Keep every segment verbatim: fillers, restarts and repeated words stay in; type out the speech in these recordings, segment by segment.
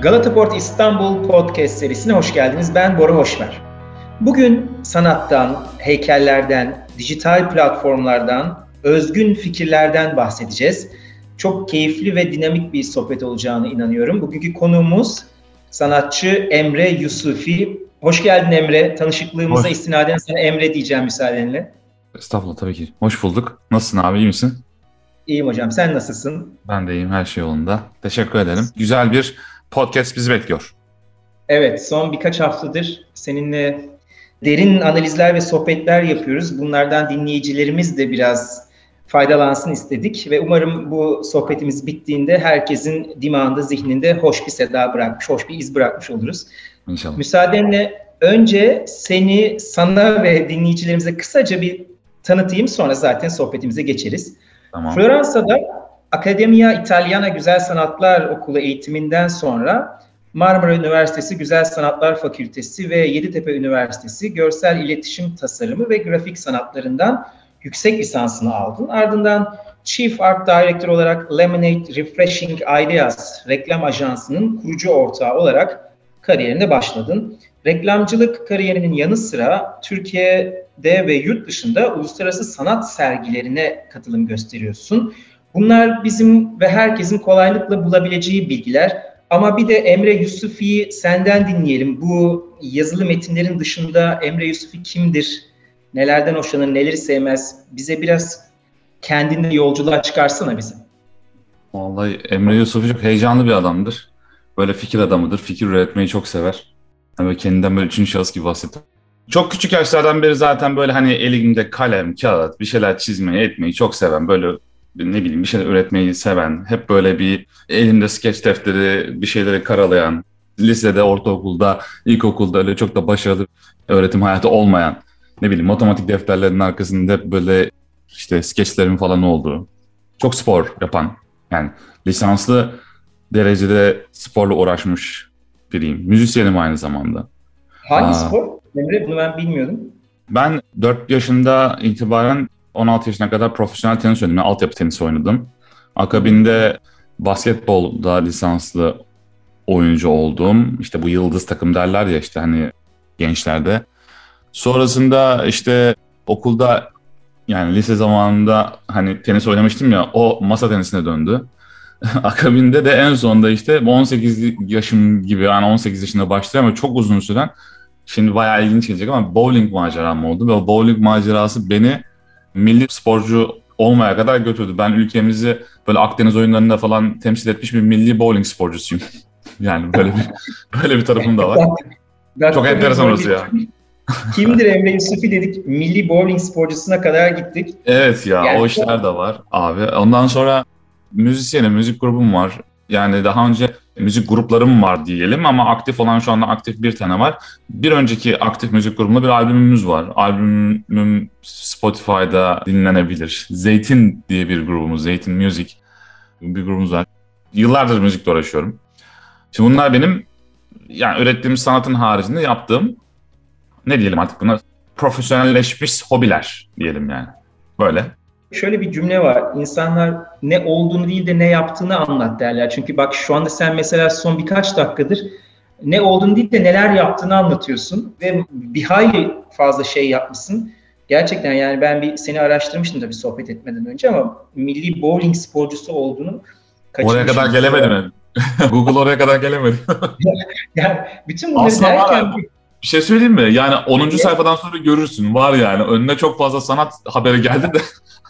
Galata Port İstanbul Podcast serisine hoş geldiniz. Ben Bora Hoşver. Bugün sanattan, heykellerden, dijital platformlardan, özgün fikirlerden bahsedeceğiz. Çok keyifli ve dinamik bir sohbet olacağına inanıyorum. Bugünkü konuğumuz sanatçı Emre Yusufi. Hoş geldin Emre. Tanışıklığımıza Hoş. istinaden sana Emre diyeceğim müsaadenle. Estağfurullah, tabii ki. Hoş bulduk. Nasılsın abi, iyi misin? İyiyim hocam. Sen nasılsın? Ben de iyiyim, her şey yolunda. Teşekkür ederim. Güzel bir podcast bizi bekliyor. Evet, son birkaç haftadır seninle derin analizler ve sohbetler yapıyoruz. Bunlardan dinleyicilerimiz de biraz faydalansın istedik ve umarım bu sohbetimiz bittiğinde herkesin dimağında, zihninde hoş bir seda bırakmış, hoş bir iz bırakmış oluruz. İnşallah. Müsaadenle önce seni, sana ve dinleyicilerimize kısaca bir tanıtayım, sonra zaten sohbetimize geçeriz. Tamam. Floransa'da Accademia Italiana Güzel Sanatlar Okulu eğitiminden sonra Marmara Üniversitesi Güzel Sanatlar Fakültesi ve Yeditepe Üniversitesi Görsel İletişim Tasarımı ve Grafik Sanatlarından yüksek lisansını aldın. Ardından Chief Art Director olarak Lemonade Refreshing Ideas reklam ajansının kurucu ortağı olarak kariyerine başladın. Reklamcılık kariyerinin yanı sıra Türkiye'de ve yurt dışında uluslararası sanat sergilerine katılım gösteriyorsun. Bunlar bizim ve herkesin kolaylıkla bulabileceği bilgiler. Ama bir de Emre Yusufi'yi senden dinleyelim. Bu yazılı metinlerin dışında Emre Yusufi kimdir? Nelerden hoşlanır, neleri sevmez? Bize biraz kendini yolculuğa çıkarsana bizi. Vallahi Emre Yusufi çok heyecanlı bir adamdır. Böyle fikir adamıdır. Fikir üretmeyi çok sever. Hani kendinden böyle üçüncü şahıs gibi bahsediyor. Çok küçük yaşlardan beri zaten böyle hani elinde kalem, kağıt, bir şeyler çizmeyi, etmeyi çok seven. Böyle ne bileyim bir şeyler üretmeyi seven. Hep böyle bir elimde skeç defteri, bir şeyleri karalayan. Lisede, ortaokulda, ilkokulda öyle çok da başarılı öğretim hayatı olmayan. Ne bileyim matematik defterlerinin arkasında hep böyle işte skeçlerin falan olduğu. Çok spor yapan. Yani lisanslı derecede sporla uğraşmış biriyim. Müzisyenim aynı zamanda. Hangi Aa, spor? Emre, bunu ben bilmiyordum. Ben dört yaşında itibaren on altı yaşına kadar profesyonel tenis oynadım. Yani altyapı tenisi oynadım. Akabinde basketbolda lisanslı oyuncu oldum. İşte bu yıldız takım derler ya işte hani gençlerde. Sonrasında işte okulda yani lise zamanında hani tenis oynamıştım ya, o masa tenisine döndü. Akabinde de en sonunda işte on sekiz yaşım gibi, yani on sekiz yaşında başlayan ama çok uzun süren, şimdi bayağı ilginç gelecek ama bowling maceram oldu. Ve o bowling macerası beni milli sporcu olmaya kadar götürdü. Ben ülkemizi böyle Akdeniz oyunlarında falan temsil etmiş bir milli bowling sporcusuyum. Yani böyle bir böyle bir tarafım da var. Çok enteresan orası ya. Kimdir Emre Yusufi dedik, milli bowling sporcusuna kadar gittik. Evet ya, Yani o işler de var abi. Ondan sonra müzisyenim, müzik grubum var. Yani daha önce müzik gruplarım var diyelim ama aktif olan şu anda aktif bir tane var. Bir önceki aktif müzik grubumda bir albümümüz var. Albümüm Spotify'da dinlenebilir. Zeytin diye bir grubumuz, Zeytin Music bir grubumuz var. Yıllardır müzikle uğraşıyorum. Şimdi bunlar benim yani ürettiğim sanatın haricinde yaptığım, ne diyelim artık buna, profesyonelleşmiş hobiler diyelim yani. Böyle. Şöyle bir cümle var. İnsanlar ne olduğunu değil de ne yaptığını anlat derler. Çünkü bak şu anda sen mesela son birkaç dakikadır ne olduğunu değil de neler yaptığını anlatıyorsun. Ve bir hayli fazla şey yapmışsın. Gerçekten yani ben bir seni araştırmıştım tabii sohbet etmeden önce ama milli bowling sporcusu olduğunu kaçırmışım. Oraya kadar gelemedi mi? Google oraya kadar gelemedi. Yani bütün bunları aslında derken... var, bir şey söyleyeyim mi? Yani onuncu sayfadan sonra görürsün. Var yani. Önüne çok fazla sanat haberi geldi de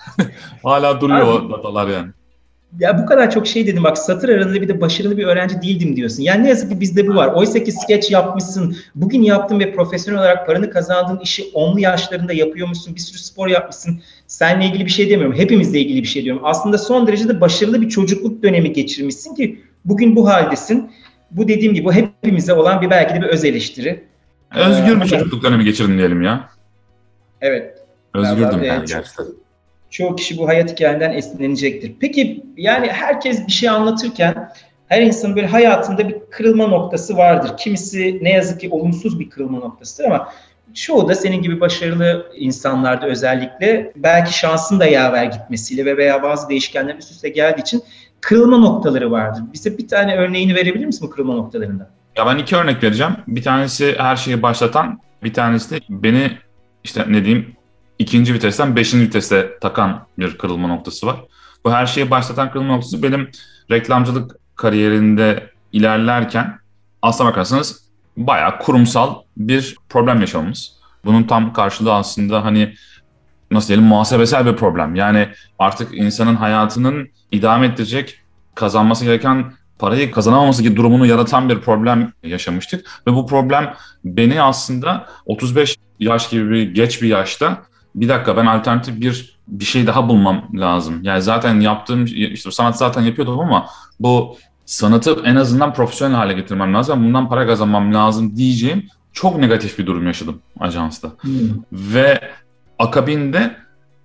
hala duruyor o datalar yani. Ya bu kadar çok şey dedim bak, satır arasında bir de başarılı bir öğrenci değildim diyorsun. Yani ne yazık ki bizde bu var. Oysa ki skeç yapmışsın, bugün yaptın ve profesyonel olarak paranı kazandığın işi onlu yaşlarında yapıyormuşsun, bir sürü spor yapmışsın. Seninle ilgili bir şey demiyorum, hepimizle ilgili bir şey diyorum. Aslında son derece de başarılı bir çocukluk dönemi geçirmişsin ki bugün bu haldesin. Bu dediğim gibi bu hepimize olan bir belki de bir öz eleştiri. Özgür bir çocukluk dönemi geçirdim diyelim ya. Evet. Özgürdüm yani, yani gerçekten. Çoğu kişi bu hayat hikayenden esinlenecektir. Peki yani herkes bir şey anlatırken her insanın böyle hayatında bir kırılma noktası vardır. Kimisi ne yazık ki olumsuz bir kırılma noktasıdır ama çoğu da senin gibi başarılı insanlarda özellikle belki şansın da yaver gitmesiyle ve veya bazı değişkenler üst üste geldiği için kırılma noktaları vardır. Bize bir tane örneğini verebilir misin bu kırılma noktalarından? Ya ben iki örnek vereceğim. Bir tanesi her şeyi başlatan, bir tanesi de beni işte ne diyeyim ikinci vitesten beşinci vitese takan bir kırılma noktası var. Bu her şeyi başlatan kırılma noktası benim reklamcılık kariyerinde ilerlerken aslına bakarsanız bayağı kurumsal bir problem yaşamamız. Bunun tam karşılığı aslında hani nasıl diyelim muhasebesel bir problem. Yani artık insanın hayatının idame ettirecek, kazanması gereken parayı kazanamaması gibi durumunu yaratan bir problem yaşamıştık. Ve bu problem beni aslında otuz beş yaş gibi bir geç bir yaşta bir dakika ben alternatif bir bir şey daha bulmam lazım. Yani zaten yaptığım işte sanat zaten yapıyordum ama bu sanatı en azından profesyonel hale getirmem lazım. Bundan para kazanmam lazım diyeceğim çok negatif bir durum yaşadım ajansta. Hmm. Ve akabinde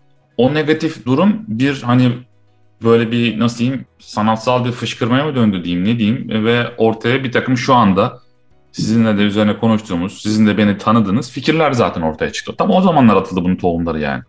o negatif durum bir hani böyle bir nasıl diyeyim sanatsal bir fışkırmaya mı döndü diyeyim ne diyeyim ve ortaya bir takım şu anda sizinle de üzerine konuştuğumuz, sizin de beni tanıdığınız fikirler zaten ortaya çıktı. Tam o zamanlar atıldı bunun tohumları yani.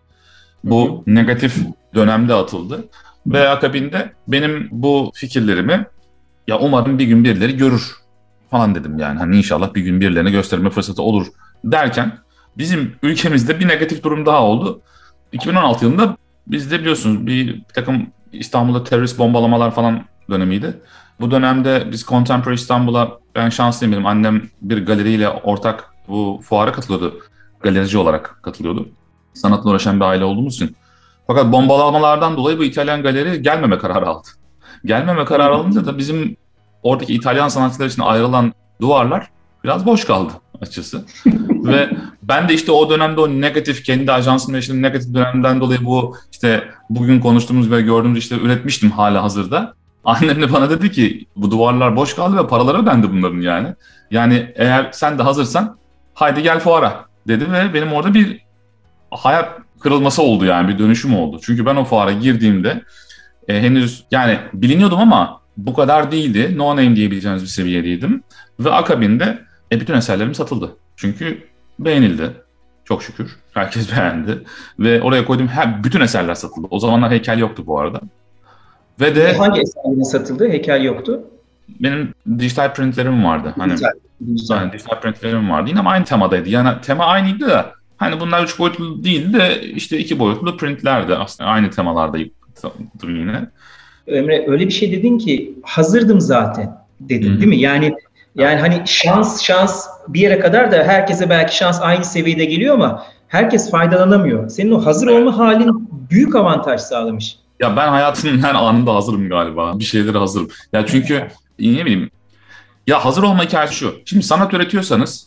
Bu negatif dönemde atıldı ve akabinde benim bu fikirlerimi ya umarım bir gün birileri görür falan dedim yani. Hani inşallah bir gün birilerine gösterme fırsatı olur derken bizim ülkemizde bir negatif durum daha oldu. iki bin on altı yılında bizde biliyorsunuz bir, bir takım İstanbul'da terörist bombalamalar falan dönemiydi. Bu dönemde biz Contemporary İstanbul'a ben şanslıyım benim annem bir galeriyle ortak bu fuara katılıyordu. Galerici olarak katılıyordu. Sanatla uğraşan bir aile olduğumuz için. Fakat bombalamalardan dolayı bu İtalyan galeri gelmeme kararı aldı. Gelmeme kararı alınca da bizim oradaki İtalyan sanatçılar için ayrılan duvarlar biraz boş kaldı açıkçası. Ve ben de işte o dönemde o negatif, kendi ajansımda yaşadığım negatif dönemden dolayı bu işte bugün konuştuğumuz ve gördüğümüz işte üretmiştim hala hazırda. Annem de bana dedi ki bu duvarlar boş kaldı ve paraları ödendi bunların yani. Yani eğer sen de hazırsan haydi gel fuara dedi ve benim orada bir hayat kırılması oldu yani bir dönüşüm oldu. Çünkü ben o fuara girdiğimde e, henüz yani biliniyordum ama bu kadar değildi. No name diyebileceğiniz bir seviyedeydim. Ve akabinde e, bütün eserlerim satıldı. Çünkü beğenildi. Çok şükür. Herkes beğendi. Ve oraya koyduğum her, bütün eserler satıldı. O zamanlar heykel yoktu bu arada. Ve de hangi eserlerin satıldı? Heykel yoktu. Benim dijital printlerim vardı. Hani dijital, dijital. Yani dijital printlerim vardı. Yine aynı temadaydı. Yani tema aynıydı da hani bunlar üç boyutlu değil de işte iki boyutlu printlerdi. Aslında aynı temalardaydı yine. Emre öyle bir şey dedin ki hazırdım zaten dedin. Hı-hı. Değil mi? Yani yani hani şans şans bir yere kadar da herkese belki şans aynı seviyede geliyor ama herkes faydalanamıyor. Senin o hazır olma halin büyük avantaj sağlamış. Ya ben hayatımın her anında hazırım galiba. Bir şeylere hazırım. Ya çünkü ne bileyim ya hazır olma hikayesi şu. Şimdi sanat üretiyorsanız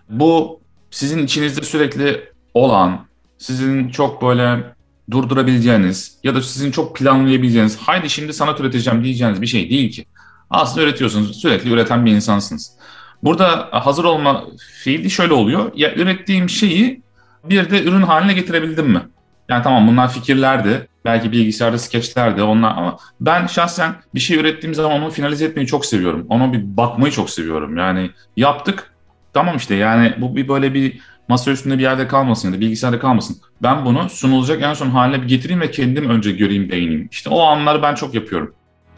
bu sizin içinizde sürekli olan, sizin çok böyle durdurabileceğiniz ya da sizin çok planlayabileceğiniz haydi şimdi sanat üreteceğim diyeceğiniz bir şey değil ki. Aslında üretiyorsunuz, sürekli üreten bir insansınız. Burada hazır olma fiili şöyle oluyor. Ya ürettiğim şeyi bir de ürün haline getirebildim mi? Yani tamam bunlar fikirlerdi. Belki bilgisayarda skeçlerdi onlar ama ben şahsen bir şey ürettiğim zaman onu finalize etmeyi çok seviyorum. Ona bir bakmayı çok seviyorum. Yani yaptık tamam işte yani bu bir böyle bir masa üstünde bir yerde kalmasın ya da bilgisayarda kalmasın. Ben bunu sunulacak en son haline bir getireyim ve kendim önce göreyim, beğeneyim. İşte o anları ben çok yapıyorum.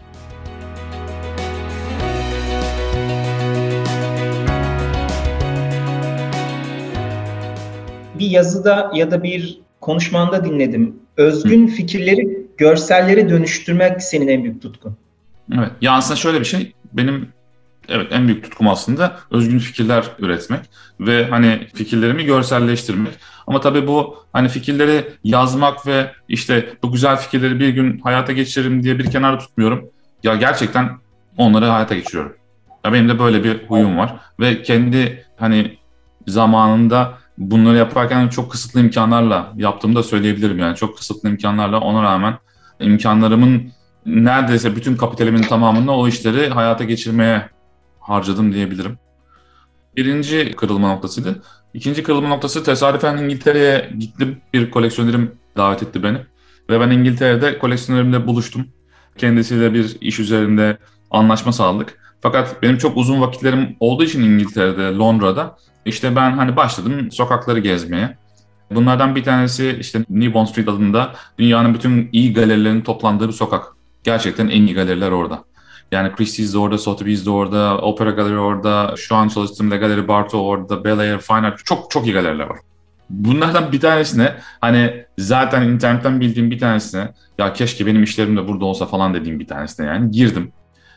Bir yazıda ya da bir konuşmanda dinledim. Özgün Hı. fikirleri görsellere dönüştürmek senin en büyük tutkun. Evet. Ya aslında şöyle bir şey. Benim evet en büyük tutkum aslında özgün fikirler üretmek ve hani fikirlerimi görselleştirmek. Ama tabii bu hani fikirleri yazmak ve işte bu güzel fikirleri bir gün hayata geçiririm diye bir kenara tutmuyorum. Ya gerçekten onları hayata geçiriyorum. Ya benim de böyle bir huyum var ve kendi hani zamanında bunları yaparken çok kısıtlı imkanlarla yaptığımı da söyleyebilirim yani. Çok kısıtlı imkanlarla ona rağmen imkanlarımın neredeyse bütün kapitalimin tamamını o işleri hayata geçirmeye harcadım diyebilirim. Birinci kırılma noktasıydı. İkinci kırılma noktası tesadüfen İngiltere'ye gittim. Bir koleksiyonerim davet etti beni. Ve ben İngiltere'de koleksiyonerimle buluştum. Kendisiyle bir iş üzerinde anlaşma sağladık. Fakat benim çok uzun vakitlerim olduğu için İngiltere'de, Londra'da işte ben hani başladım sokakları gezmeye. Bunlardan bir tanesi işte New Bond Street adında dünyanın bütün iyi galerilerinin toplandığı bir sokak. Gerçekten en iyi galeriler orada. Yani Christie's de orada, Sotheby's de orada, Opera Galeri orada, şu an çalıştığım Le Galeri Barto orada, Bel Air, Fine Art, çok çok iyi galeriler var. Bunlardan bir tanesine hani zaten internetten bildiğim bir tanesine ya keşke benim işlerim de burada olsa falan dediğim bir tanesine yani girdim.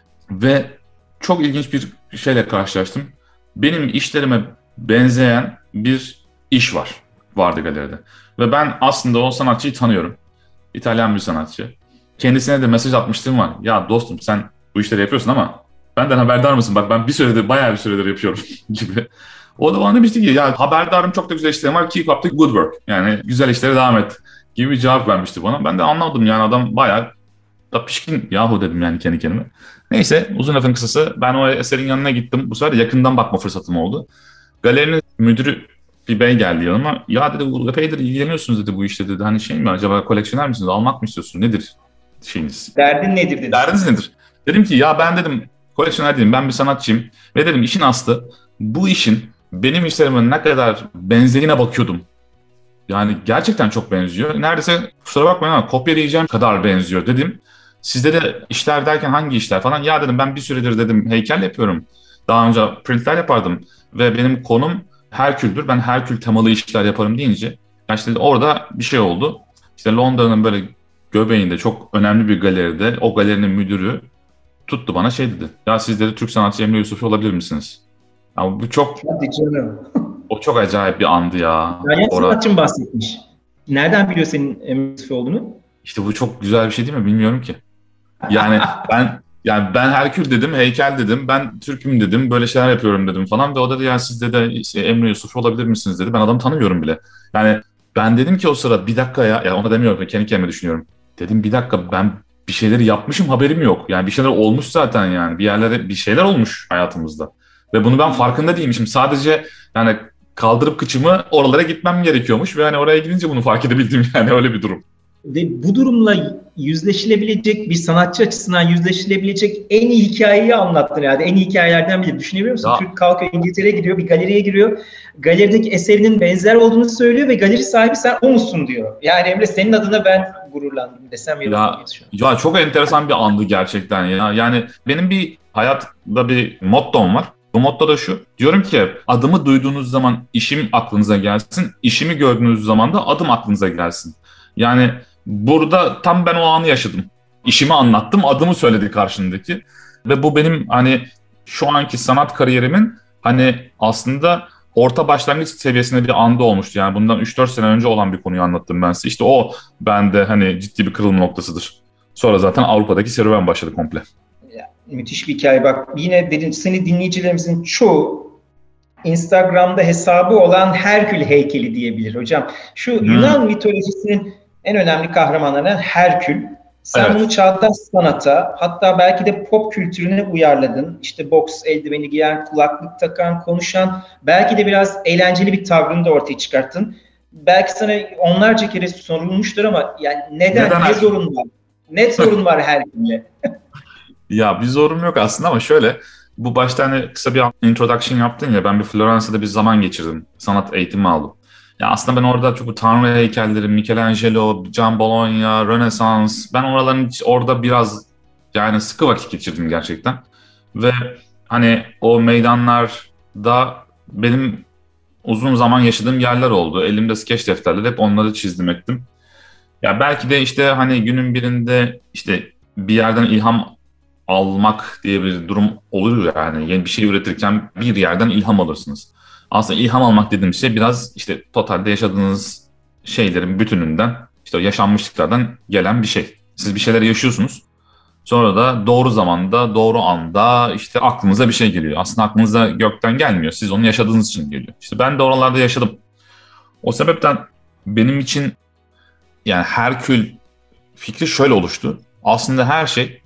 Ve çok ilginç bir şeyle karşılaştım. Benim işlerime benzeyen bir iş var, vardı galeride. Ve ben aslında o sanatçıyı tanıyorum. İtalyan bir sanatçı. Kendisine de mesaj atmıştım var. Ya dostum sen bu işleri yapıyorsun ama benden haberdar mısın? Bak ben bir süredir, bayağı bir süredir yapıyorum gibi. O da bana demişti ki ya haberdarım, çok da güzel işlerim var. Keep up the good work. Yani güzel işlere devam et gibi bir cevap vermişti bana. Ben de anlamadım yani adam bayağı da pişkin yahu dedim yani kendi kendime. Neyse uzun lafın kısası ben o eserin yanına gittim. Bu sefer de yakından bakma fırsatım oldu. Galerinin müdürü bir bey geldi yanıma. Ya dedi bu epeydir ilgileniyorsunuz dedi bu işte dedi. Hani şey mi acaba koleksiyoner misiniz? Almak mı istiyorsunuz? Nedir şeyiniz? Derdin nedir dedi. Derdiniz nedir? Dedim ki ya ben dedim koleksiyoner değilim, ben bir sanatçıyım. Ve dedim işin aslı bu işin benim işlerime ne kadar benzediğine bakıyordum. Yani gerçekten çok benziyor. Neredeyse kusura bakmayın ama kopyalayacağım kadar benziyor dedim. Sizde de işler derken hangi işler falan? Ya dedim ben bir süredir dedim heykel yapıyorum. Daha önce printler yapardım. Ve benim konum Herkül'dür. Ben Herkül temalı işler yaparım deyince. Yani işte orada bir şey oldu. İşte Londra'nın böyle göbeğinde çok önemli bir galeride o galerinin müdürü tuttu bana şey dedi. Ya siz dedi Türk sanatçı Emre Yusufi olabilir misiniz? Ama bu çok... Hadi canım. O çok acayip bir andı ya. İtalyan sanatçım bahsetmiş. Nereden biliyor senin Emre Yusufi olduğunu? İşte bu çok güzel bir şey değil mi? Bilmiyorum ki. Yani ben yani ben Herkül dedim, heykel dedim, ben Türk'üm dedim, böyle şeyler yapıyorum dedim falan ve o dedi yani siz de işte Emre Yusufi olabilir misiniz dedi. Ben adamı tanımıyorum bile. Yani ben dedim ki o sırada bir dakika ya, ya ona demiyorum kendi kendime düşünüyorum. Dedim bir dakika ben bir şeyleri yapmışım haberim yok. Yani bir şeyler olmuş zaten yani bir yerlere bir şeyler olmuş hayatımızda. Ve bunu ben farkında değilmişim. Sadece yani kaldırıp kıçımı oralara gitmem gerekiyormuş ve hani oraya gidince bunu fark edebildim yani öyle bir durum. Ve bu durumla yüzleşilebilecek bir sanatçı açısından yüzleşilebilecek en iyi hikayeyi anlattın herhalde. En iyi hikayelerden biri. Düşünebiliyor musun? Ya. Türk kalkıyor İngiltere'ye gidiyor, bir galeriye giriyor. Galerideki eserinin benzer olduğunu söylüyor ve galeri sahibi sen o musun diyor. Yani Emre senin adına ben gururlandım desem ya. Ya çok enteresan bir andı gerçekten ya. Yani benim bir hayatta bir mottom var. Bu motto da şu. Diyorum ki adımı duyduğunuz zaman işim aklınıza gelsin. İşimi gördüğünüz zaman da adım aklınıza gelsin. Yani burada tam ben o anı yaşadım. İşimi anlattım, adımı söyledi karşındaki. Ve bu benim hani şu anki sanat kariyerimin hani aslında orta başlangıç seviyesinde bir anda olmuştu. Yani bundan üç dört sene önce olan bir konuyu anlattım ben size. İşte o bende hani ciddi bir kırılma noktasıdır. Sonra zaten Avrupa'daki serüven başladı komple. Ya, müthiş bir hikaye. Bak yine dedin, seni dinleyicilerimizin çoğu Instagram'da hesabı olan Herkül heykeli diyebilir hocam. Şu hmm. Yunan mitolojisinin en önemli kahramanlarından Herkül. Sen evet. bunu çağdaş sanata, hatta belki de pop kültürüne uyarladın. İşte boks eldiveni giyen, kulaklık takan, konuşan, belki de biraz eğlenceli bir tavrını da ortaya çıkarttın. Belki sana onlarca kere sorulmuştur ama yani neden, neden ne sorun var? Ne sorun var Herkül'le? Ya bir sorun yok aslında ama şöyle, bu başta hani kısa bir introduction yaptın ya, ben bir Floransa'da bir zaman geçirdim. Sanat eğitimi aldım. Ya aslında ben orada çok tanrı heykelleri, Michelangelo, Can Bologna, Rönesans, ben oraların orada biraz yani sıkı vakit geçirdim gerçekten. Ve hani o meydanlarda benim uzun zaman yaşadığım yerler oldu. Elimde skeç defterleri, hep onları çizdim ettim. Ya belki de işte hani günün birinde işte bir yerden ilham almak diye bir durum olur yani. Yeni bir şey üretirken bir yerden ilham alırsınız. Aslında ilham almak dediğim şey biraz işte totalde yaşadığınız şeylerin bütününden, işte o yaşanmışlıklardan gelen bir şey. Siz bir şeyler yaşıyorsunuz. Sonra da doğru zamanda, doğru anda işte aklınıza bir şey geliyor. Aslında aklınıza gökten gelmiyor. Siz onu yaşadığınız için geliyor. İşte ben de oralarda yaşadım. O sebepten benim için yani Herkül fikri şöyle oluştu. Aslında her şey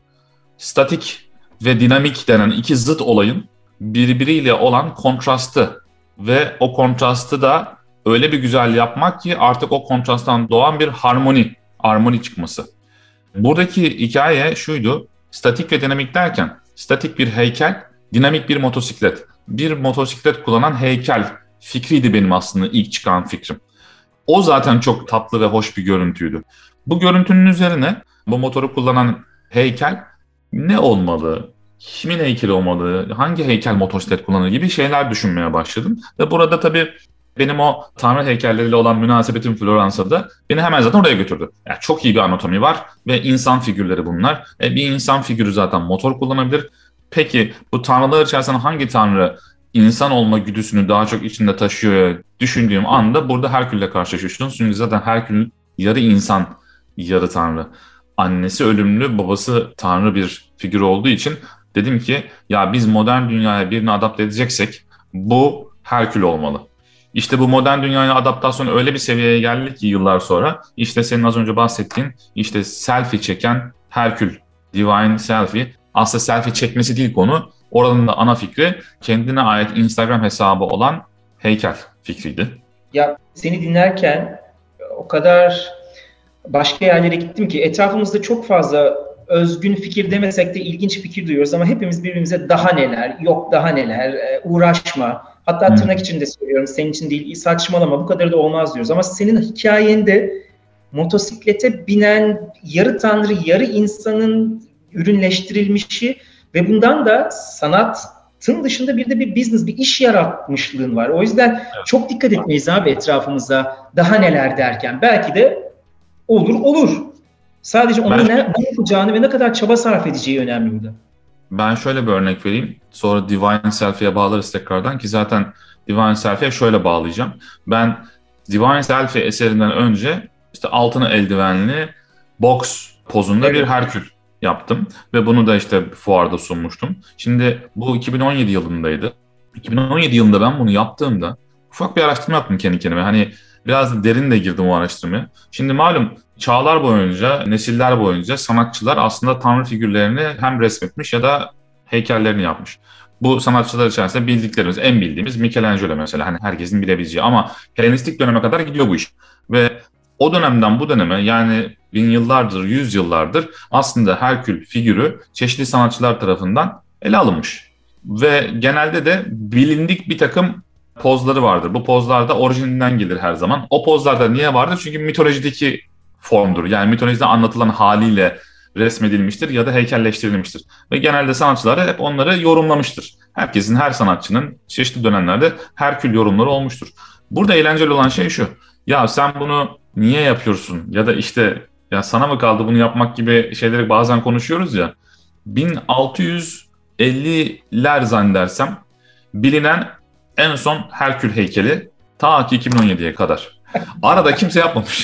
statik ve dinamik denen iki zıt olayın birbiriyle olan kontrastı ve o kontrastı da öyle bir güzel yapmak ki artık o kontrasttan doğan bir harmoni, armoni çıkması. Buradaki hikaye şuydu, statik ve dinamik derken statik bir heykel, dinamik bir motosiklet. Bir motosiklet kullanan heykel fikriydi benim aslında ilk çıkan fikrim. O zaten çok tatlı ve hoş bir görüntüydü. Bu görüntünün üzerine bu motoru kullanan heykel ne olmalı? Kimin heykeli olmalı? Hangi heykel motosiklet kullanır gibi şeyler düşünmeye başladım. Ve burada tabii benim o tanrı heykelleriyle olan münasebetim Floransa'da da beni hemen zaten oraya götürdü. Yani çok iyi bir anatomi var ve insan figürleri bunlar. E bir insan figürü zaten motor kullanabilir. Peki bu tanrılar içerisinde hangi tanrı insan olma güdüsünü daha çok içinde taşıyor düşündüğüm anda burada Herkül'le karşılaşıyorsun. Çünkü zaten Herkül yarı insan, yarı tanrı. Annesi ölümlü, babası tanrı bir figür olduğu için dedim ki ya biz modern dünyaya birini adapte edeceksek bu Herkül olmalı. İşte bu modern dünyaya adaptasyon öyle bir seviyeye geldi ki yıllar sonra işte senin az önce bahsettiğin işte selfie çeken Herkül, Divine Selfie. Aslında selfie çekmesi değil konu. Oranın da ana fikri kendine ait Instagram hesabı olan heykel fikriydi. Ya seni dinlerken o kadar başka yerlere gittim ki etrafımızda çok fazla özgün fikir demesek de ilginç fikir duyuyoruz ama hepimiz birbirimize daha neler, yok daha neler, uğraşma. Hatta hmm. tırnak içinde söylüyorum, senin için değil, saçmalama, bu kadar da olmaz diyoruz. Ama senin hikayende motosiklete binen yarı tanrı, yarı insanın ürünleştirilmişi ve bundan da sanatın dışında bir de bir business, bir iş yaratmışlığın var. O yüzden evet. çok dikkat etmeyiz abi etrafımıza daha neler derken. Belki de olur olur. Sadece onun ben, ne, ne yapacağını ve ne kadar çaba sarf edeceği önemli burada. Ben şöyle bir örnek vereyim. Sonra Divine Selfie'ye bağlarız tekrardan ki zaten Divine Selfie'ye şöyle bağlayacağım. Ben Divine Selfie eserinden önce işte altını eldivenli box pozunda evet. bir Herkül yaptım ve bunu da işte fuarda sunmuştum. Şimdi bu iki bin on yedi yılındaydı. iki bin on yedi yılında ben bunu yaptığımda ufak bir araştırma yaptım kendi kendime. Hani biraz derin de girdim o araştırmaya. Şimdi malum çağlar boyunca, nesiller boyunca sanatçılar aslında tanrı figürlerini hem resmetmiş ya da heykellerini yapmış. Bu sanatçılar içerisinde bildiklerimiz, en bildiğimiz Michelangelo mesela. Hani herkesin bilebileceği ama Helenistik döneme kadar gidiyor bu iş. Ve o dönemden bu döneme yani bin yıllardır, yüz yıllardır aslında Herkül figürü çeşitli sanatçılar tarafından ele alınmış. Ve genelde de bilindik bir takım pozları vardır. Bu pozlar da orijininden gelir her zaman. O pozlarda niye vardır? Çünkü mitolojideki formdur. Yani mitolojide anlatılan haliyle resmedilmiştir ya da heykelleştirilmiştir. Ve genelde sanatçılar hep onları yorumlamıştır. Herkesin, her sanatçının çeşitli dönemlerde Herkül yorumları olmuştur. Burada eğlenceli olan şey şu. Ya sen bunu niye yapıyorsun? Ya da işte ya sana mı kaldı bunu yapmak gibi şeyleri bazen konuşuyoruz ya. bin altı yüz elliler zannedersem bilinen en son Herkül heykeli ta ki iki bin on yediye kadar. Arada kimse yapmamış.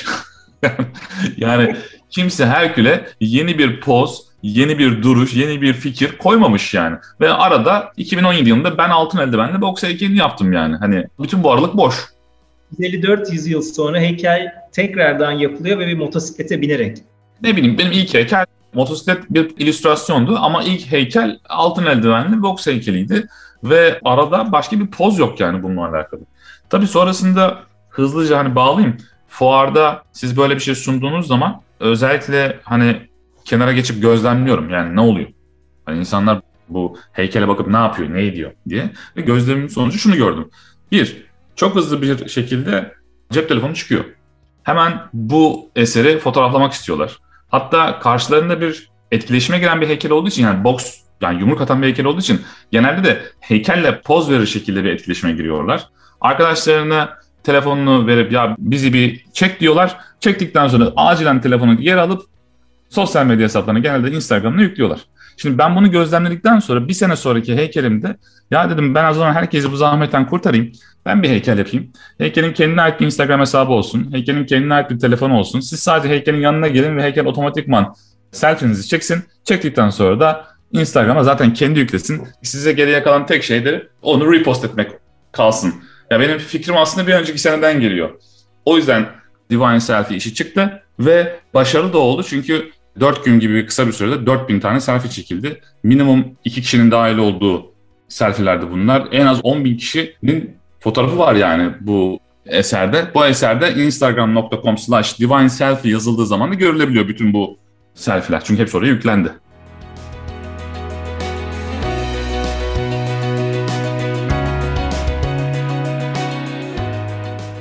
Yani kimse Herkül'e yeni bir poz, yeni bir duruş, yeni bir fikir koymamış yani. Ve arada iki bin on yedi yılında ben altın eldivenle boks heykelini yaptım yani. Hani bütün bu aralık boş. yüz elli dört yüz yıl sonra heykel tekrardan yapılıyor ve bir motosiklete binerek. Ne bileyim benim ilk heykel motosiklet bir illüstrasyondu ama ilk heykel altın eldivenli boks heykeliydi. Ve arada başka bir poz yok yani bununla alakalı. Tabii sonrasında hızlıca hani bağlayayım. Fuarda siz böyle bir şey sunduğunuz zaman özellikle hani kenara geçip gözlemliyorum yani ne oluyor? Hani insanlar bu heykele bakıp ne yapıyor, ne ediyor diye. Ve gözlemimin sonucu şunu gördüm. Bir, çok hızlı bir şekilde cep telefonu çıkıyor. Hemen bu eseri fotoğraflamak istiyorlar. Hatta karşılarında bir etkileşime giren bir heykel olduğu için yani boks, yani yumruk atan bir heykel olduğu için genelde de heykelle poz verir şekilde bir etkileşime giriyorlar. Arkadaşlarına telefonunu verip ya bizi bir çek diyorlar. Çektikten sonra acilen telefonu geri alıp sosyal medya hesaplarına genelde Instagram'ına yüklüyorlar. Şimdi ben bunu gözlemledikten sonra bir sene sonraki heykelimde ya dedim ben o zaman herkesi bu zahmetten kurtarayım. Ben bir heykel yapayım. Heykelin kendine ait bir Instagram hesabı olsun. Heykelin kendine ait bir telefonu olsun. Siz sadece heykelin yanına gelin ve heykel otomatikman selfie'nizi çeksin. Çektikten sonra da Instagram'a zaten kendi yüklesin. Size geriye kalan tek şey de onu repost etmek kalsın. Ya benim fikrim aslında bir önceki seneden geliyor. O yüzden Divine Selfie işi çıktı ve başarılı da oldu çünkü dört gün gibi kısa bir sürede dört bin tane selfie çekildi. Minimum iki kişinin dahil olduğu selfie'lerdi bunlar. En az on bin kişinin fotoğrafı var yani bu eserde. Bu eserde instagram nokta com slash divine selfie yazıldığı zaman da görülebiliyor bütün bu selfie'ler. Çünkü hepsi oraya yüklendi.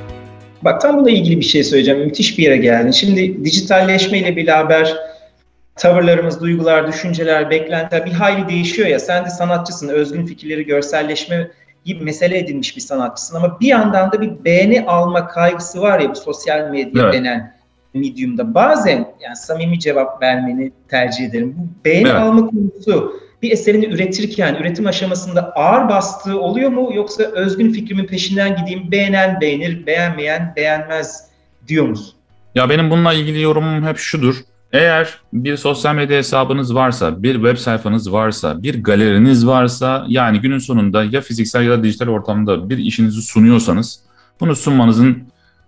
Bak tam bununla ilgili bir şey söyleyeceğim. Müthiş bir yere geldin. Şimdi dijitalleşmeyle beraber tavırlarımız, duygular, düşünceler, beklentiler bir hayli değişiyor ya. Sen de sanatçısın, özgün fikirleri, görselleşme gibi mesele edinmiş bir sanatçısın ama bir yandan da bir beğeni alma kaygısı var ya bu sosyal medya evet. denen medium'da. Bazen yani samimi cevap vermeni tercih ederim. Bu beğeni evet. alma konusu bir eserini üretirken, üretim aşamasında ağır bastığı oluyor mu? Yoksa özgün fikrimin peşinden gideyim, beğenen beğenir, beğenmeyen beğenmez diyor musun? Ya benim bununla ilgili yorumum hep şudur. Eğer bir sosyal medya hesabınız varsa, bir web sayfanız varsa, bir galeriniz varsa, yani günün sonunda ya fiziksel ya da dijital ortamda bir işinizi sunuyorsanız, bunu sunmanızın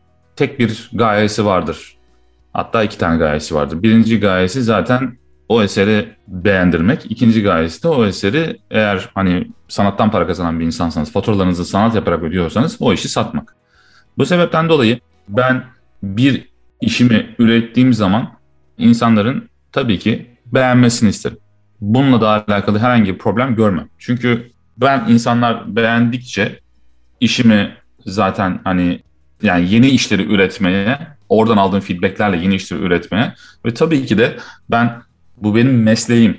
tek bir gayesi vardır. Hatta iki tane gayesi vardır. Birinci gayesi zaten o eseri beğendirmek. İkinci gayesi de o eseri eğer hani sanattan para kazanan bir insansanız, faturalarınızı sanat yaparak ödüyorsanız o işi satmak. Bu sebepten dolayı ben bir işimi ürettiğim zaman insanların tabii ki beğenmesini isterim. Bununla da alakalı herhangi bir problem görmem. Çünkü ben insanlar beğendikçe işimi zaten hani yani yeni işleri üretmeye, oradan aldığım feedbacklerle yeni işleri üretmeye ve tabii ki de ben bu benim mesleğim.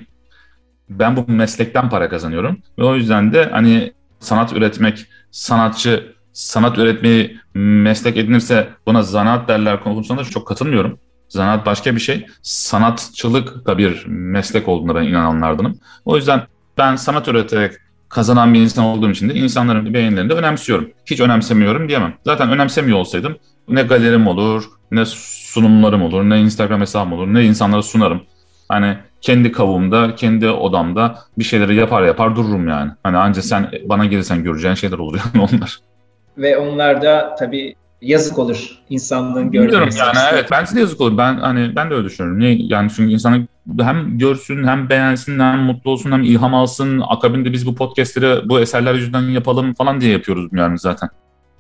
Ben bu meslekten para kazanıyorum ve o yüzden de hani sanat üretmek, sanatçı sanat üretmeyi meslek edinirse buna zanaat derler konusunda çok katılmıyorum. Zanaat başka bir şey. Sanatçılık da bir meslek olduğuna ben inananlardanım. O yüzden ben sanat üreterek kazanan bir insan olduğum için de insanların beğenilerini de önemsiyorum. Hiç önemsemiyorum diyemem. Zaten önemsemiyor olsaydım ne galerim olur, ne sunumlarım olur, ne Instagram hesabım olur, ne insanlara sunarım. Hani kendi kavuğumda, kendi odamda bir şeyleri yapar yapar dururum yani. Hani anca sen bana gelirsen göreceğin şeyler olur yani onlar. Ve onlar da tabii yazık olur insanlığın görmesi. Yani evet bence de yazık olur. Ben hani ben de öyle düşünüyorum. Niye? Yani çünkü insanı hem görsün, hem beğensin, hem mutlu olsun, hem ilham alsın. Akabinde biz bu podcastleri bu eserler yüzünden yapalım falan diye yapıyoruz yani zaten.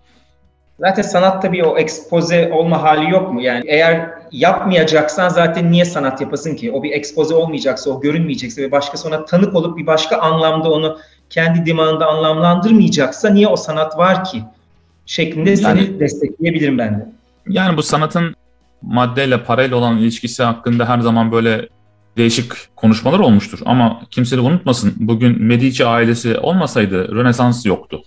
Zaten sanat tabii o ekspoze olma hali yok mu? Yani eğer yapmayacaksan zaten niye sanat yapasın ki? O bir ekspoze olmayacaksa, o görünmeyecekse ve başkası ona tanık olup bir başka anlamda onu kendi dimağında anlamlandırmayacaksa niye o sanat var ki? Şeklinde seni yani, destekleyebilirim ben de. Yani bu sanatın maddeyle, parayla olan ilişkisi hakkında her zaman böyle değişik konuşmalar olmuştur. Ama kimse de unutmasın, bugün Medici ailesi olmasaydı Rönesans yoktu.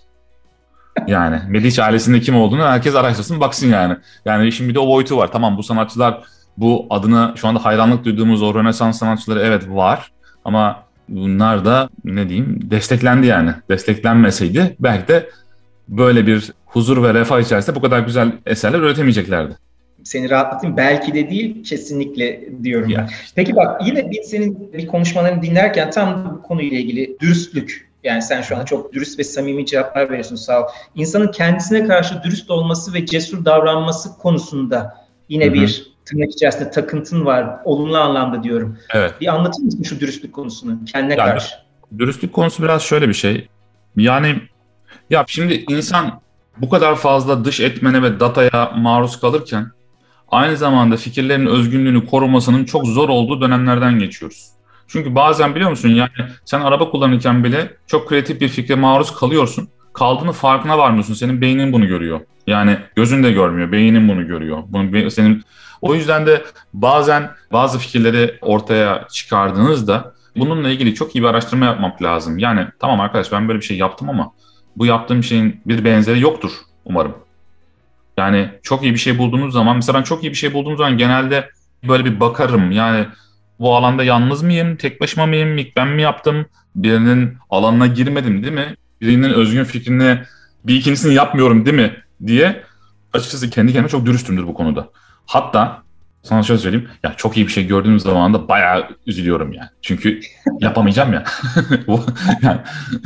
Yani Medici ailesinde kim olduğunu herkes araştırsın, baksın yani. Yani işin bir de o boyutu var. Tamam, bu sanatçılar, bu adına şu anda hayranlık duyduğumuz o Rönesans sanatçıları evet var. Ama bunlar da ne diyeyim desteklendi yani. Desteklenmeseydi belki de böyle bir huzur ve refah içerisinde bu kadar güzel eserler üretemeyeceklerdi. Seni rahatlatayım. Belki de değil, kesinlikle diyorum ya. Ben. Peki bak, yine bir senin bir konuşmalarını dinlerken tam bu konuyla ilgili dürüstlük. Yani sen şu an çok dürüst ve samimi cevaplar veriyorsun, sağ ol. İnsanın kendisine karşı dürüst olması ve cesur davranması konusunda yine Hı-hı. bir tırnak içerisinde takıntın var. Olumlu anlamda diyorum. Evet. Bir anlatır mısın şu dürüstlük konusunu kendine yani, karşı? Dürüstlük konusu biraz şöyle bir şey. Yani ya şimdi insan bu kadar fazla dış etmene ve dataya maruz kalırken aynı zamanda fikirlerin özgünlüğünü korumasının çok zor olduğu dönemlerden geçiyoruz. Çünkü bazen biliyor musun yani sen araba kullanırken bile çok kreatif bir fikre maruz kalıyorsun. Kaldığını farkına varmıyorsun. Senin beynin bunu görüyor. Yani gözün de görmüyor. Beynin bunu görüyor. Bunu senin o yüzden de bazen bazı fikirleri ortaya çıkardığınızda bununla ilgili çok iyi bir araştırma yapmak lazım. Yani tamam arkadaş ben böyle bir şey yaptım ama bu yaptığım şeyin bir benzeri yoktur umarım. Yani çok iyi bir şey bulduğunuz zaman, mesela ben çok iyi bir şey bulduğum zaman genelde böyle bir bakarım. Yani bu alanda yalnız mıyım, tek başıma mıyım, ilk ben mi yaptım, birinin alanına girmedim değil mi? Birinin özgün fikrini, bir ikincisini yapmıyorum değil mi diye açıkçası kendi kendime çok dürüstümdür bu konuda. Hatta sana şöyle söyleyeyim, ya çok iyi bir şey gördüğüm zaman da bayağı üzülüyorum yani. Çünkü yapamayacağım ya. yani,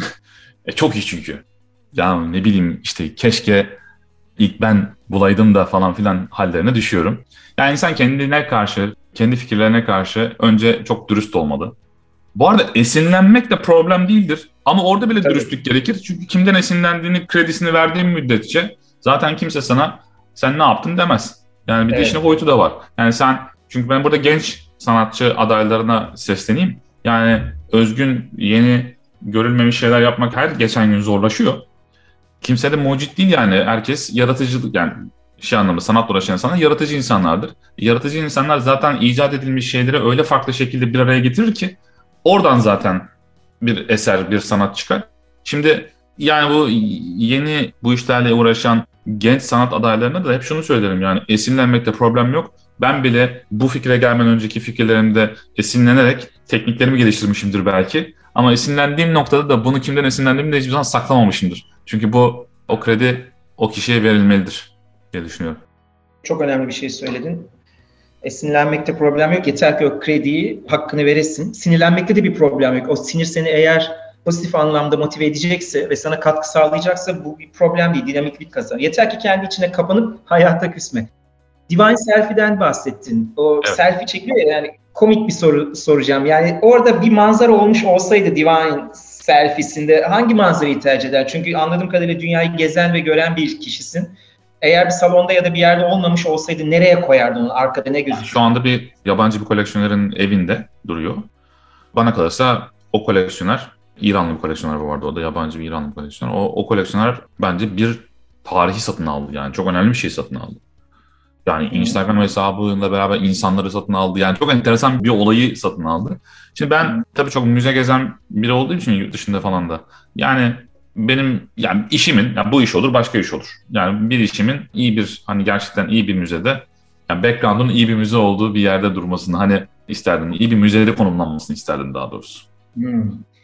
e, çok iyi çünkü. Ya ne bileyim işte keşke ilk ben bulaydım da falan filan hallerine düşüyorum. Yani insan kendine karşı, kendi fikirlerine karşı önce çok dürüst olmalı. Bu arada esinlenmek de problem değildir. Ama orada bile Tabii. dürüstlük gerekir. Çünkü kimden esinlendiğini, kredisini verdiğin müddetçe zaten kimse sana sen ne yaptın demez. Yani bir evet. de işin boyutu da var. Yani sen, çünkü ben burada genç sanatçı adaylarına sesleneyim. Yani özgün, yeni, görülmemiş şeyler yapmak her geçen gün zorlaşıyor. Kimse de mucit değil yani. Herkes yaratıcılık yani şey anlamı sanatla uğraşan insanlar yaratıcı insanlardır. Yaratıcı insanlar zaten icat edilmiş şeyleri öyle farklı şekilde bir araya getirir ki oradan zaten bir eser, bir sanat çıkar. Şimdi yani bu yeni bu işlerle uğraşan genç sanat adaylarına da hep şunu söylerim, yani esinlenmekte problem yok. Ben bile bu fikre gelmeden önceki fikirlerimde esinlenerek tekniklerimi geliştirmişimdir belki. Ama esinlendiğim noktada da bunu kimden esinlendiğimi de hiçbir zaman saklamamışımdır. Çünkü bu o kredi o kişiye verilmelidir diye düşünüyorum. Çok önemli bir şey söyledin. Esinlenmekte problem yok. Yeter ki o krediyi, hakkını veresin. Sinirlenmekte de bir problem yok. O sinir seni eğer pozitif anlamda motive edecekse ve sana katkı sağlayacaksa bu bir problem değil. Dinamiklik kazanır. Yeter ki kendi içine kapanıp hayata küsme. Divine Selfie'den bahsettin. O Evet. Selfie çekiliyor ya, yani komik bir soru soracağım. Yani orada bir manzara olmuş olsaydı Divine Selfie'sinde hangi manzarayı tercih eder? Çünkü anladığım kadarıyla dünyayı gezen ve gören bir kişisin. Eğer bir salonda ya da bir yerde olmamış olsaydı nereye koyardın onu? Arkada ne gözüküyor? Şu anda bir yabancı bir koleksiyonerin evinde duruyor. Bana kalırsa o koleksiyoner, İranlı bir koleksiyoner vardı orada, yabancı bir İranlı bir koleksiyoner. O, o koleksiyoner bence bir tarihi satın aldı, yani çok önemli bir şey satın aldı. Yani Instagram hesabıyla beraber insanları satın aldı. Yani çok enteresan bir olayı satın aldı. Şimdi ben tabii çok müze gezen biri olduğum için yurt dışında falan da. Yani benim yani işimin, yani bu iş olur başka iş olur. Yani bir işimin iyi bir, hani gerçekten iyi bir müzede, yani background'un iyi bir müze olduğu bir yerde durmasını hani isterdim. İyi bir müzede konumlanmasını isterdim daha doğrusu. Hmm.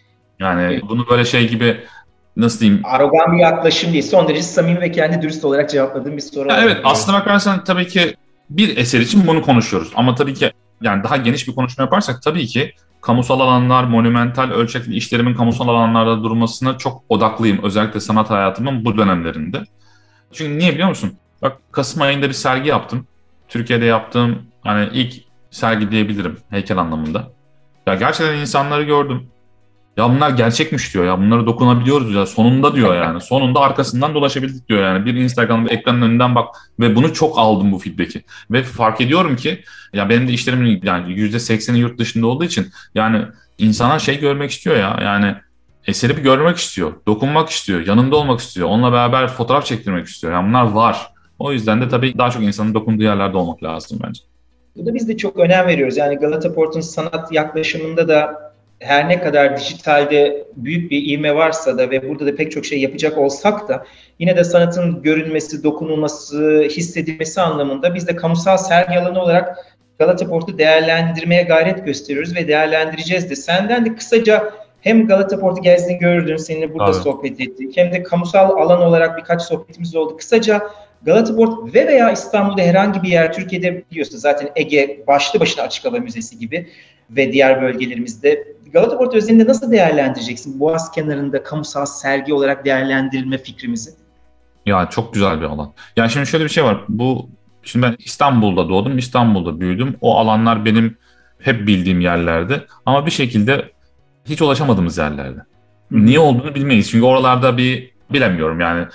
Yani bunu böyle şey gibi, nasıl diyeyim? Arogan bir yaklaşım değil. Son derece samimi ve kendi dürüst olarak cevapladığım bir soru. Ya evet, aslına bakarsan tabii ki bir eser için bunu konuşuyoruz. Ama tabii ki yani daha geniş bir konuşma yaparsak tabii ki kamusal alanlar, monumental ölçekli işlerimin kamusal alanlarda durmasına çok odaklıyım. Özellikle sanat hayatımın bu dönemlerinde. Çünkü niye biliyor musun? Bak, Kasım ayında bir sergi yaptım. Türkiye'de yaptığım hani ilk sergi diyebilirim heykel anlamında. Ya gerçekten insanları gördüm. Ya bunlar gerçekmiş diyor ya. Bunlara dokunabiliyoruz ya. Sonunda diyor yani. Sonunda arkasından dolaşabildik diyor yani. Bir Instagram'da ekranın önünden bak ve bunu çok aldım bu feedback'i. Ve fark ediyorum ki ya benim de işlerimin yani yüzde sekseni yurt dışında olduğu için yani insanlar şey görmek istiyor ya. Yani eseri bir görmek istiyor. Dokunmak istiyor. Yanında olmak istiyor. Onunla beraber fotoğraf çektirmek istiyor. Yani bunlar var. O yüzden de tabii daha çok insanın dokunduğu yerlerde olmak lazım bence. Bu da biz de çok önem veriyoruz. Yani Galata Port'un sanat yaklaşımında da her ne kadar dijitalde büyük bir ivme varsa da ve burada da pek çok şey yapacak olsak da yine de sanatın görünmesi, dokunulması, hissedilmesi anlamında biz de kamusal sergi alanı olarak Galata Port'u değerlendirmeye gayret gösteriyoruz ve değerlendireceğiz de. Senden de kısaca hem Galata Port'u gezdin gördün, seninle burada Tabii. sohbet ettik, hem de kamusal alan olarak birkaç sohbetimiz oldu. Kısaca Galata Port ve veya İstanbul'da herhangi bir yer, Türkiye'de biliyorsunuz zaten Ege başlı başına açık hava müzesi gibi ve diğer bölgelerimizde. Galata Port özelinde nasıl değerlendireceksin Boğaz kenarında kamusal sergi olarak değerlendirilme fikrimizi? Ya çok güzel bir alan. Yani şimdi şöyle bir şey var. Bu şimdi ben İstanbul'da doğdum, İstanbul'da büyüdüm. O alanlar benim hep bildiğim yerlerdi. Ama bir şekilde hiç ulaşamadığımız yerlerde. Hı. Niye olduğunu bilmeyiz. Çünkü oralarda bir bilemiyorum yani.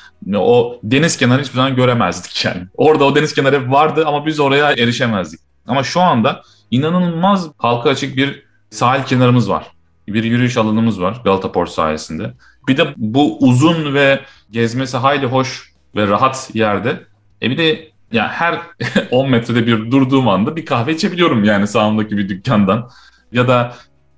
O deniz kenarını hiçbir zaman göremezdik yani. Orada o deniz kenarı vardı ama biz oraya erişemezdik. Ama şu anda inanılmaz halka açık bir sahil kenarımız var. Bir yürüyüş alanımız var Galata Port sayesinde. Bir de bu uzun ve gezmesi hayli hoş ve rahat yerde. E bir de yani her on metrede bir durduğum anda bir kahve içebiliyorum yani sağımdaki bir dükkandan. Ya da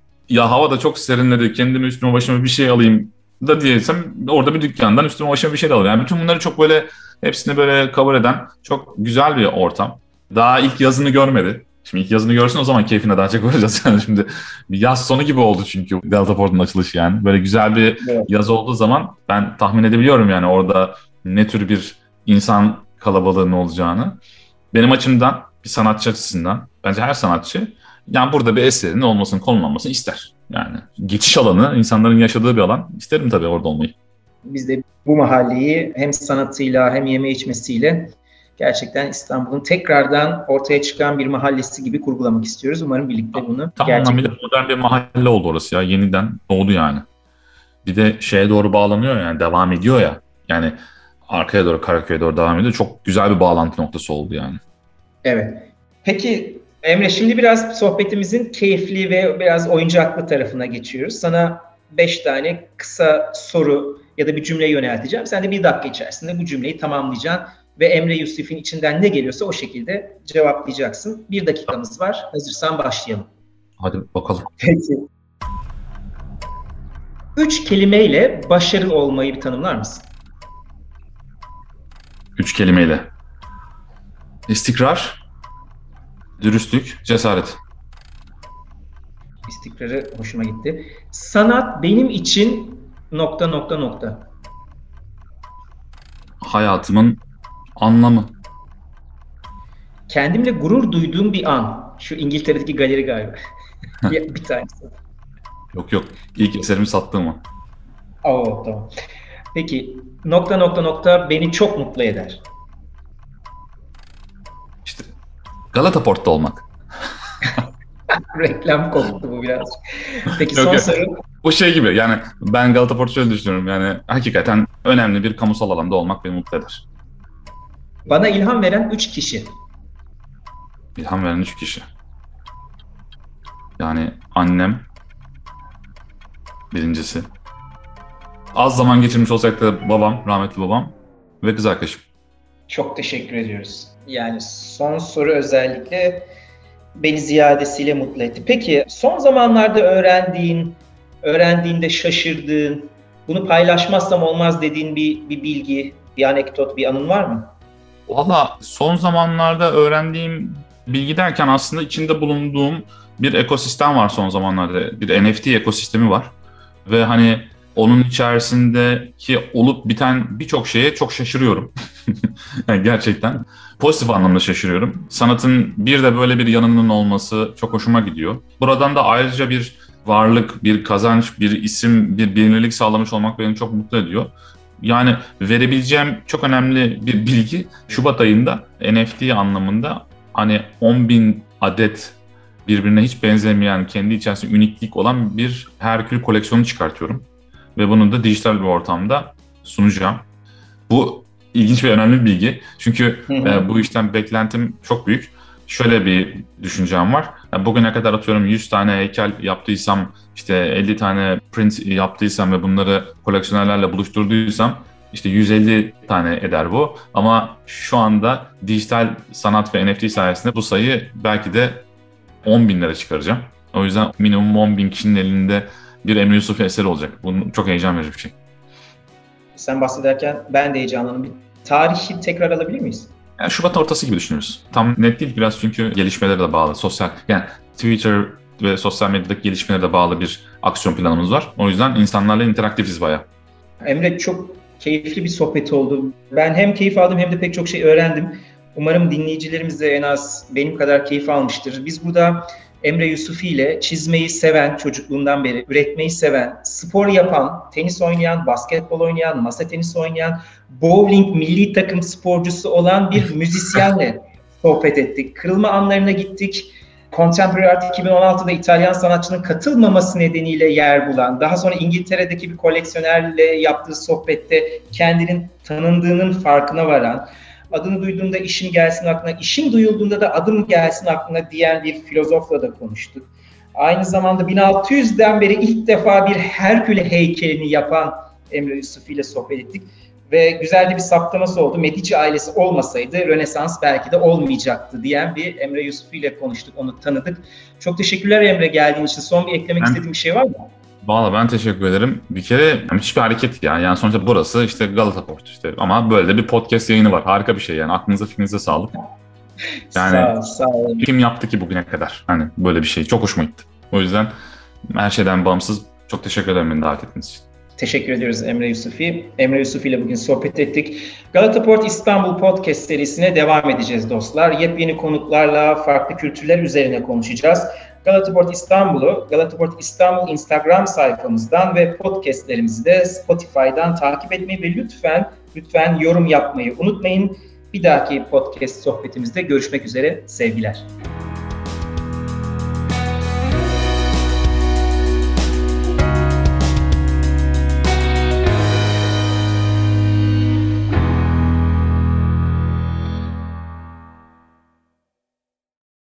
ya hava da çok serinledi, kendime üstüme başıma bir şey alayım da diyersem orada bir dükkandan üstüme başıma bir şey de alıyorum. Yani bütün bunları çok böyle hepsini böyle cover eden çok güzel bir ortam. Daha ilk yazını görmedi. Şimdi ilk yazını görsün, o zaman keyfine daha çok varacağız. Yani şimdi bir yaz sonu gibi oldu çünkü Galata Port'un açılışı yani. Böyle güzel bir evet. yaz olduğu zaman ben tahmin edebiliyorum yani orada ne tür bir insan kalabalığının olacağını. Benim açımdan, bir sanatçı açısından, bence her sanatçı yani burada bir eserinin olmasını, konumlanmasını ister. Yani geçiş alanı, insanların yaşadığı bir alan. İsterim tabii orada olmayı. Biz de bu mahalleyi hem sanatıyla hem yeme içmesiyle gerçekten İstanbul'un tekrardan ortaya çıkan bir mahallesi gibi kurgulamak istiyoruz. Umarım birlikte bunu tam gerçekten... Tam anlamıyla modern bir mahalle oldu orası ya. Yeniden doğdu yani. Bir de şeye doğru bağlanıyor yani, devam ediyor ya. Yani arkaya doğru, Karaköy'e doğru devam ediyor. Çok güzel bir bağlantı noktası oldu yani. Evet. Peki Emre, şimdi biraz sohbetimizin keyifli ve biraz oyuncaklı tarafına geçiyoruz. Sana beş tane kısa soru ya da bir cümle yönelteceğim. Sen de bir dakika içerisinde bu cümleyi tamamlayacaksın ve Emre Yusuf'un içinden ne geliyorsa o şekilde cevaplayacaksın. Bir dakikamız var. Hazırsan başlayalım. Hadi bakalım. Peki. Üç kelimeyle başarılı olmayı bir tanımlar mısın? Üç kelimeyle. İstikrar, dürüstlük, cesaret. İstikrarı hoşuma gitti. Sanat benim için nokta nokta nokta. Hayatımın anlamı. Kendimle gurur duyduğum bir an. Şu İngiltere'deki galeri galiba. bir, bir tanesi. Yok yok. İlk eserimi sattığım an. Oo, tamam. Peki nokta nokta nokta beni çok mutlu eder. İşte Galata Port'ta olmak. Reklam koktu bu biraz. Peki Yok, son yok. soru. Bu şey gibi yani ben Galata Port'u şöyle düşünüyorum yani hakikaten önemli bir kamusal alanda olmak beni mutlu eder. Bana ilham veren üç kişi. İlham veren üç kişi. Yani annem birincisi. Az zaman geçirmiş olsak da babam, rahmetli babam ve kız arkadaşım. Çok teşekkür ediyoruz. Yani son soru özellikle beni ziyadesiyle mutlu etti. Peki son zamanlarda öğrendiğin, öğrendiğinde şaşırdığın, bunu paylaşmazsam olmaz dediğin bir, bir bilgi, bir anekdot, bir anın var mı? Valla son zamanlarda öğrendiğim bilgi derken aslında içinde bulunduğum bir ekosistem var son zamanlarda. Bir N F T ekosistemi var. Ve hani onun içerisindeki olup biten birçok şeye çok şaşırıyorum. Yani gerçekten pozitif anlamda şaşırıyorum. Sanatın bir de böyle bir yanının olması çok hoşuma gidiyor. Buradan da ayrıca bir varlık, bir kazanç, bir isim, bir bilinirlik sağlamış olmak beni çok mutlu ediyor. Yani verebileceğim çok önemli bir bilgi Şubat ayında N F T anlamında hani on bin adet birbirine hiç benzemeyen, kendi içerisinde uniklik olan bir Herkül koleksiyonu çıkartıyorum. Ve bunu da dijital bir ortamda sunacağım. Bu ilginç ve önemli bir bilgi. Çünkü e, bu işten beklentim çok büyük. Şöyle bir düşüncem var. Yani bugüne kadar atıyorum yüz tane heykel yaptıysam, işte elli tane print yaptıysam ve bunları koleksiyonerlerle buluşturduysam işte yüz elli tane eder bu. Ama şu anda dijital sanat ve N F T sayesinde bu sayı belki de on binlere çıkaracağım. O yüzden minimum on bin kişinin elinde bir Emre Yusuf eseri olacak. Bu çok heyecan verici bir şey. Sen bahsederken ben de heyecanlandım. Bir tarihi tekrar alabilir miyiz? Yani Şubat ortası gibi düşünüyoruz. Tam net değil biraz çünkü gelişmelere de bağlı. Sosyal, yani Twitter ve sosyal medyadaki gelişmelere de bağlı bir aksiyon planımız var. O yüzden insanlarla interaktifiz bayağı. Emre çok keyifli bir sohbet oldu. Ben hem keyif aldım hem de pek çok şey öğrendim. Umarım dinleyicilerimiz de en az benim kadar keyif almıştır. Biz burada Emre Yusufi ile çizmeyi seven, çocukluğundan beri üretmeyi seven, spor yapan, tenis oynayan, basketbol oynayan, masa tenisi oynayan, bowling milli takım sporcusu olan bir müzisyenle sohbet ettik. Kırılma anlarına gittik. Contemporary Art iki bin on altıda İtalyan sanatçının katılmaması nedeniyle yer bulan, daha sonra İngiltere'deki bir koleksiyonerle yaptığı sohbette kendinin tanındığının farkına varan, adını duyduğunda işim gelsin aklına, işim duyulduğunda da adım gelsin aklına diyen bir filozofla da konuştuk. Aynı zamanda bin altı yüzden beri ilk defa bir Herkül heykelini yapan Emre Yusufi ile sohbet ettik. Ve güzel de bir saptaması oldu. Medici ailesi olmasaydı Rönesans belki de olmayacaktı diyen bir Emre Yusufi ile konuştuk, onu tanıdık. Çok teşekkürler Emre geldiğin için. Son bir eklemek ben... istediğin bir şey var mı? Valla ben teşekkür ederim. Bir kere müthiş bir hareket ya. Yani sonuçta burası işte Galata Port işte ama böyle de bir podcast yayını var. Harika bir şey yani. Aklınıza fikrinize sağlık. Yani sağ, sağ olun. Kim yaptı ki bugüne kadar? Hani böyle bir şey. Çok hoşuma gitti. O yüzden her şeyden bağımsız çok teşekkür ederim beni davet ettiğiniz için. Teşekkür ediyoruz Emre Yusufi. Emre Yusufi ile bugün sohbet ettik. Galata Port İstanbul Podcast serisine devam edeceğiz dostlar. Yepyeni konuklarla farklı kültürler üzerine konuşacağız. Galata Port İstanbul'u, Galata Port İstanbul Instagram sayfamızdan ve podcastlerimizi de Spotify'dan takip etmeyi ve lütfen lütfen yorum yapmayı unutmayın. Bir dahaki podcast sohbetimizde görüşmek üzere. Sevgiler.